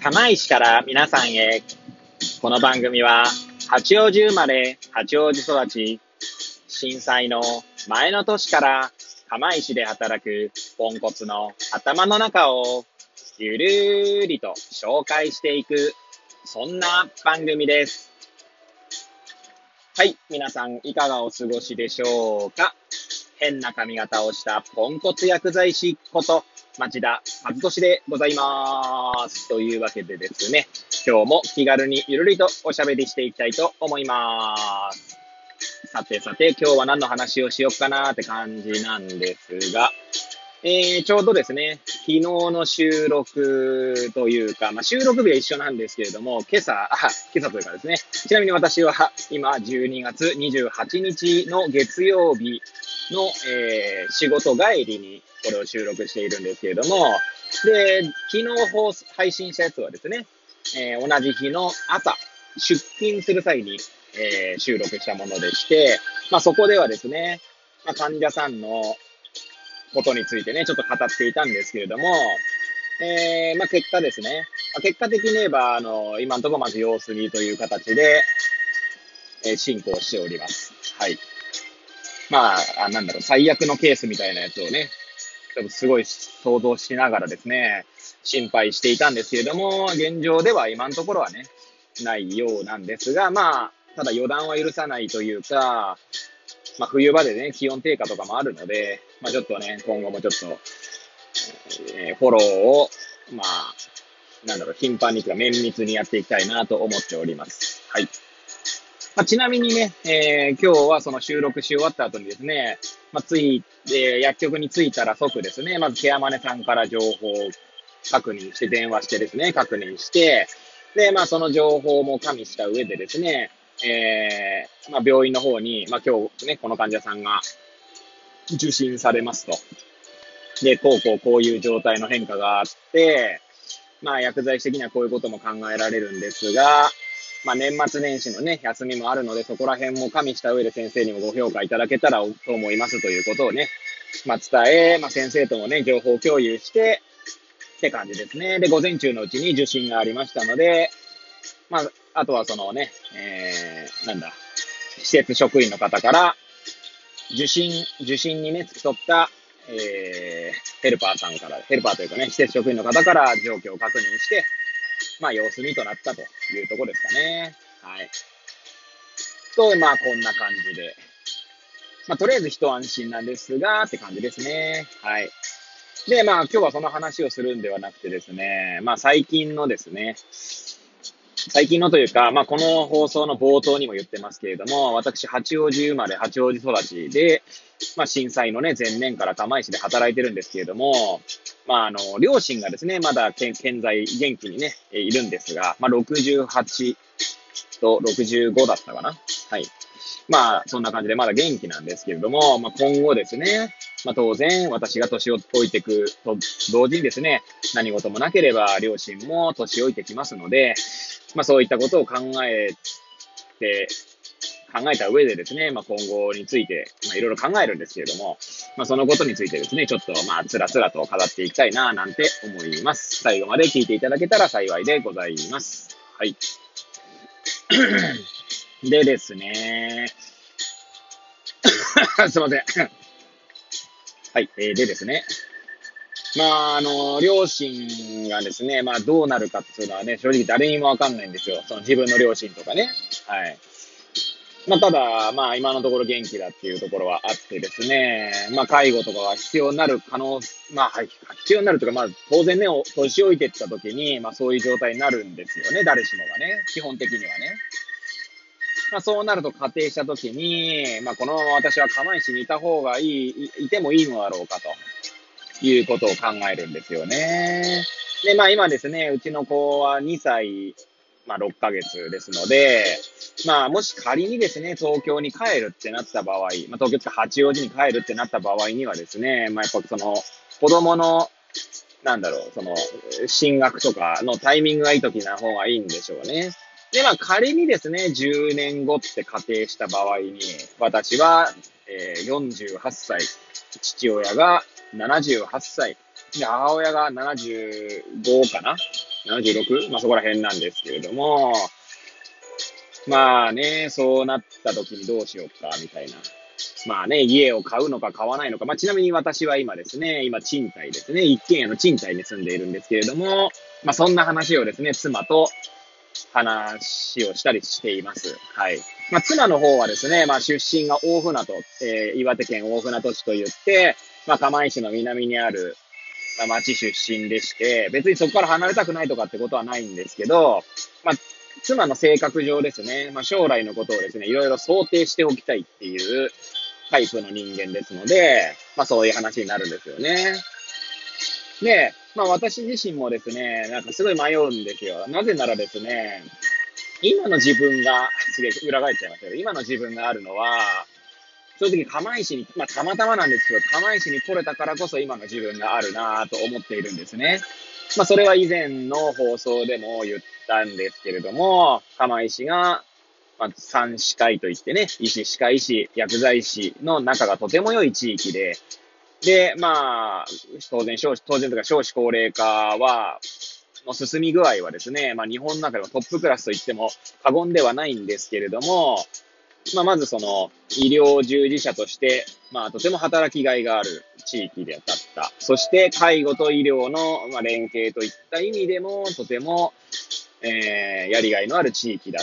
釜石から皆さんへ。この番組は八王子生まれ八王子育ち、震災の前の年から釜石で働くポンコツの頭の中をゆるーりと紹介していく、そんな番組です。はい、皆さんいかがお過ごしでしょうか。変な髪型をしたポンコツ薬剤師こと町田和俊でございます。というわけでですね、今日も気軽にゆるりとおしゃべりしていきたいと思います。さて今日は何の話をしよっかなーって感じなんですが、ちょうどですね、昨日の収録というか、収録日は一緒なんですけれども、今朝というかですね、ちなみに私は今12月28日の月曜日の、仕事帰りにこれを収録しているんですけれども、で、昨日配信したやつはですね、同じ日の朝、出勤する際に、収録したものでして、そこではですね、患者さんのことについてね、ちょっと語っていたんですけれども、結果ですね、結果的に言えば、今のところまず様子見という形で、進行しております。はい。最悪のケースみたいなやつをね、ちょっとすごい想像しながらですね、心配していたんですけれども、現状では今のところはね、ないようなんですが、ただ予断は許さないというか、冬場でね、気温低下とかもあるので、ちょっとね、今後もちょっと、フォローを、頻繁にとか綿密にやっていきたいなと思っております。はい。ちなみにね、今日はその収録し終わった後にですね、薬局に着いたら即ですね、まずケアマネさんから情報を確認して、電話してですね、確認して、で、その情報も加味した上でですね、病院の方に、今日ね、この患者さんが受診されますと。で、こういう状態の変化があって、薬剤師的にはこういうことも考えられるんですが、年末年始のね、休みもあるので、そこら辺も加味した上で先生にもご評価いただけたらと思いますということをね、伝え、先生ともね、情報共有して、って感じですね。で、午前中のうちに受診がありましたので、あとはそのね、施設職員の方から、受診にね、付き添った、ヘルパーというかね、施設職員の方から状況を確認して、様子見となったというところですかね。はい。と、こんな感じで。とりあえず一安心なんですが、って感じですね。はい。で、今日はその話をするんではなくてですね、最近のというか、この放送の冒頭にも言ってますけれども、私、八王子生まれ、八王子育ちで、震災のね、前年から釜石で働いてるんですけれども、両親がですね、まだ健在、元気にね、いるんですが、68と65だったかな。はい。そんな感じでまだ元気なんですけれども、今後ですね、当然私が年を老いていくと同時にですね、何事もなければ両親も年老いてきますので、そういったことを考えた上でですね、今後について、いろいろ考えるんですけれども、そのことについてですね、ちょっとつらつらと語っていきたいな、なんて思います。最後まで聞いていただけたら幸いでございます。はい。でですね、すいません。はい。でですね。両親がですね、どうなるかっていうのはね、正直誰にもわかんないんですよ。その自分の両親とかね。はい。ただ、今のところ元気だっていうところはあってですね、介護とかが必要になる必要になるというか、当然ね、年老いていった時に、そういう状態になるんですよね、誰しもがね、基本的にはね。そうなると仮定したときに、このまま私は釜石にいた方がいてもいいのだろうかということを考えるんですよね。で、今ですね、うちの子は2歳、6ヶ月ですので、もし仮にですね、東京に帰るってなった場合、東京って八王子に帰るってなった場合にはですね、やっぱその、子供の、進学とかのタイミングがいい時な方がいいんでしょうね。で、仮にですね、10年後って仮定した場合に、私は、48歳、父親が78歳、で、母親が75かな 76? まあそこら辺なんですけれども、まあね、そうなった時にどうしようか、みたいな。まあね、家を買うのか買わないのか。まあちなみに私は今ですね、今賃貸ですね。一軒家の賃貸に住んでいるんですけれども、まあそんな話をですね、妻と話をしたりしています。はい。まあ妻の方はですね、まあ出身が大船渡、岩手県大船渡市といって、まあ釜石の南にある、まあ、町出身でして、別にそこから離れたくないとかってことはないんですけど、まあ妻の性格上ですね、まあ将来のことをですね、いろいろ想定しておきたいっていうタイプの人間ですので、まあそういう話になるんですよね。で、まあ私自身もですね、なんかすごい迷うんですよ。なぜならですね、今の自分が、すげえ裏返っちゃいましたけど、今の自分があるのは、正直釜石に、まあたまたまなんですけど、釜石に来れたからこそ今の自分があるなぁと思っているんですね。まあそれは以前の放送でも言ったんですけれども、釜石が、まあ、三歯科医といってね、医師、歯科医師、薬剤師の仲がとても良い地域で、で、まあ、当然というか少子高齢化は、の進み具合はですね、まあ日本の中でもトップクラスと言っても過言ではないんですけれども、まあまずその医療従事者として、まあとても働きがいがある地域であった。そして介護と医療の、まあ、連携といった意味でもとても、やりがいのある地域だった。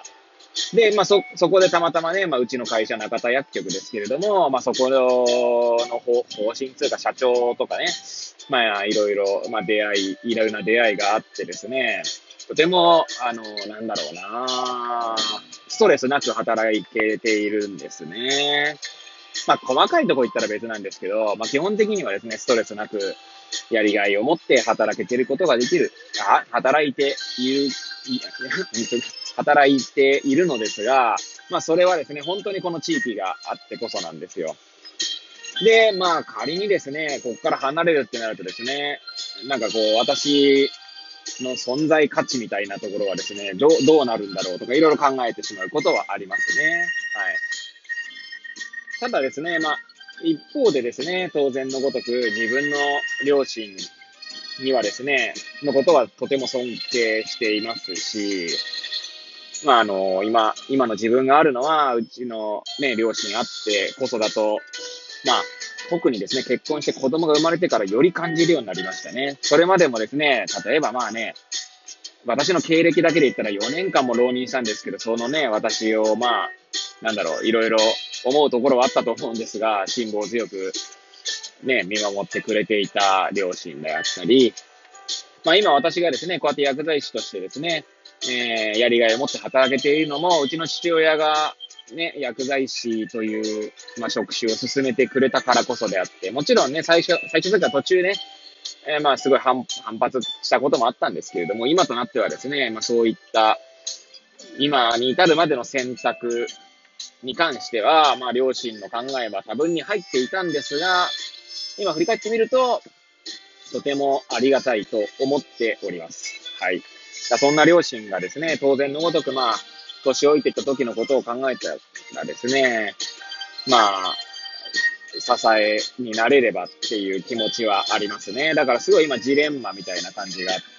で、まあ、そこでたまたまね、まあ、うちの会社、中田薬局ですけれども、まあ、そこの方針というか、社長とかね、まあ、いろいろ、まあ、いろいろな出会いがあってですね、とても、なんだろうな、ストレスなく働けているんですね。まあ、細かいところ言ったら別なんですけど、まあ、基本的にはですね、ストレスなく、やりがいを持って働けていることができる。働いている、働いているのですが、まあそれはですね、本当にこの地域があってこそなんですよ。で、まあ仮にですね、ここから離れるってなるとですね、なんかこう私の存在価値みたいなところはですね、どうなるんだろうとかいろいろ考えてしまうことはありますね。はい。ただですね、まあ一方でですね、当然のごとく自分の両親にはですね、のことはとても尊敬していますし、まあ今の自分があるのは、うちのね、両親あってこそだと、まあ、特にですね、結婚して子供が生まれてからより感じるようになりましたね。それまでもですね、例えばまあね、私の経歴だけで言ったら4年間も浪人したんですけど、そのね、私をまあ、なんだろう、いろいろ思うところはあったと思うんですが、辛抱強くね、見守ってくれていた両親であったり、まあ今私がですね、こうやって薬剤師としてですね、やりがいを持って働けているのも、うちの父親がね、薬剤師という、まあ、職種を進めてくれたからこそであって、もちろんね、最初というか途中ね、まあすごい反発したこともあったんですけれども、今となってはですね、まあそういった、今に至るまでの選択に関しては、まあ両親の考えは多分に入っていたんですが、今振り返ってみると、とてもありがたいと思っております。はい。そんな両親がですね、当然のごとく、まあ、年老いていった時のことを考えたらですね、まあ、支えになれればっていう気持ちはありますね。だからすごい今ジレンマみたいな感じがあって、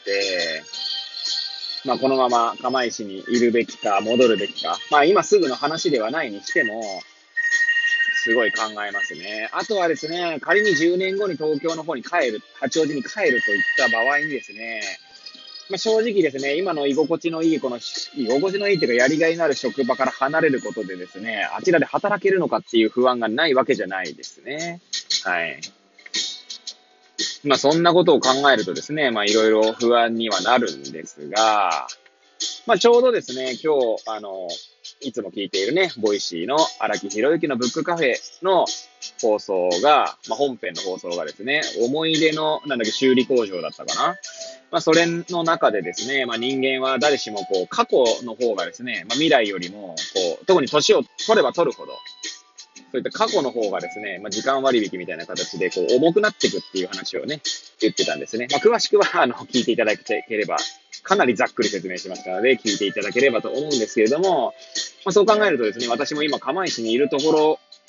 まあこのまま釜石にいるべきか戻るべきか。まあ今すぐの話ではないにしても、すごい考えますね。あとはですね、仮に10年後に東京の方に帰る、八王子に帰るといった場合にですね、まあ、正直ですね、今の居心地のいい、居心地のいいというか、やりがいのある職場から離れることでですね、あちらで働けるのかっていう不安がないわけじゃないですね。はい。まあ、そんなことを考えるとですね、まあ、いろいろ不安にはなるんですが、まあ、ちょうどですね、今日、いつも聞いているね、ボイシーの荒木博之のブックカフェの放送が、まあ、本編の放送がですね、思い出の、修理工場だったかな。まあ、それの中でですね、まあ、人間は誰しもこう、過去の方がですね、まあ、未来よりも、こう、特に年を取れば取るほど、そういった過去の方がですね、まあ、時間割引みたいな形で、こう、重くなっていくっていう話をね、言ってたんですね。まあ、詳しくは、聞いていただければ、かなりざっくり説明しましたので、聞いていただければと思うんですけれども、まあ、そう考えるとですね、私も今、釜石にいるところ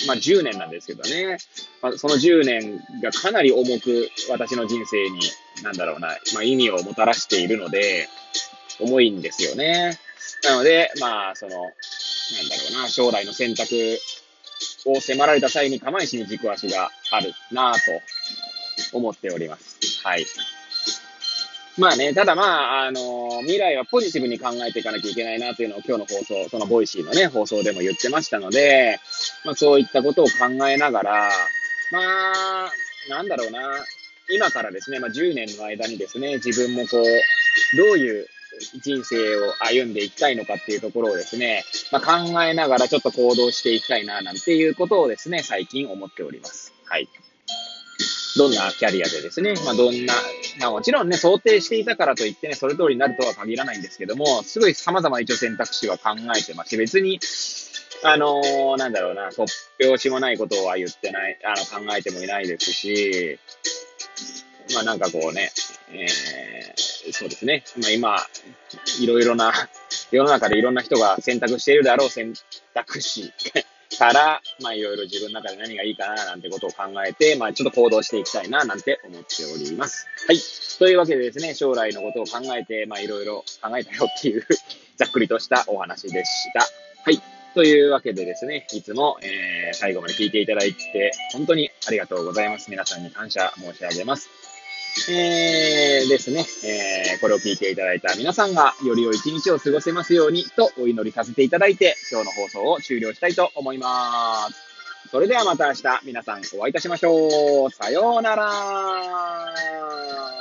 まあ10年なんですけどね。まあ、その10年がかなり重く私の人生に、なんだろうな、まあ意味をもたらしているので、重いんですよね。なので、まあ、なんだろうな、将来の選択を迫られた際に釜石に軸足があるなぁと思っております。はい。まあね、ただまあ、未来はポジティブに考えていかなきゃいけないなというのを今日の放送、そのボイシーのね、放送でも言ってましたので、まあそういったことを考えながら、まあ、なんだろうな、今からですね、まあ10年の間にですね、自分もこう、どういう人生を歩んでいきたいのかっていうところをですね、まあ考えながらちょっと行動していきたいな、なんていうことをですね、最近思っております。はい。どんなキャリアでですね、まあ、どんな、まあ、もちろんね、想定していたからといってね、それ通りになるとは限らないんですけども、すごい様々な一応選択肢は考えてますし、別に、なんだろうな、突拍子もないことは言ってない、考えてもいないですし、まあなんかこうね、そうですね、まあ今、いろいろな、世の中でいろんな人が選択しているであろう選択肢から、まあいろいろ自分の中で何がいいかななんてことを考えて、まあちょっと行動していきたいななんて思っております。はい。というわけでですね、将来のことを考えて、まあいろいろ考えたよっていうざっくりとしたお話でした。はい。というわけでですね、いつも、最後まで聞いていただいて、本当にありがとうございます。皆さんに感謝申し上げます。ですね、これを聞いていただいた皆さんがより良い一日を過ごせますようにとお祈りさせていただいて、今日の放送を終了したいと思います。それではまた明日皆さんお会いいたしましょう。さようなら。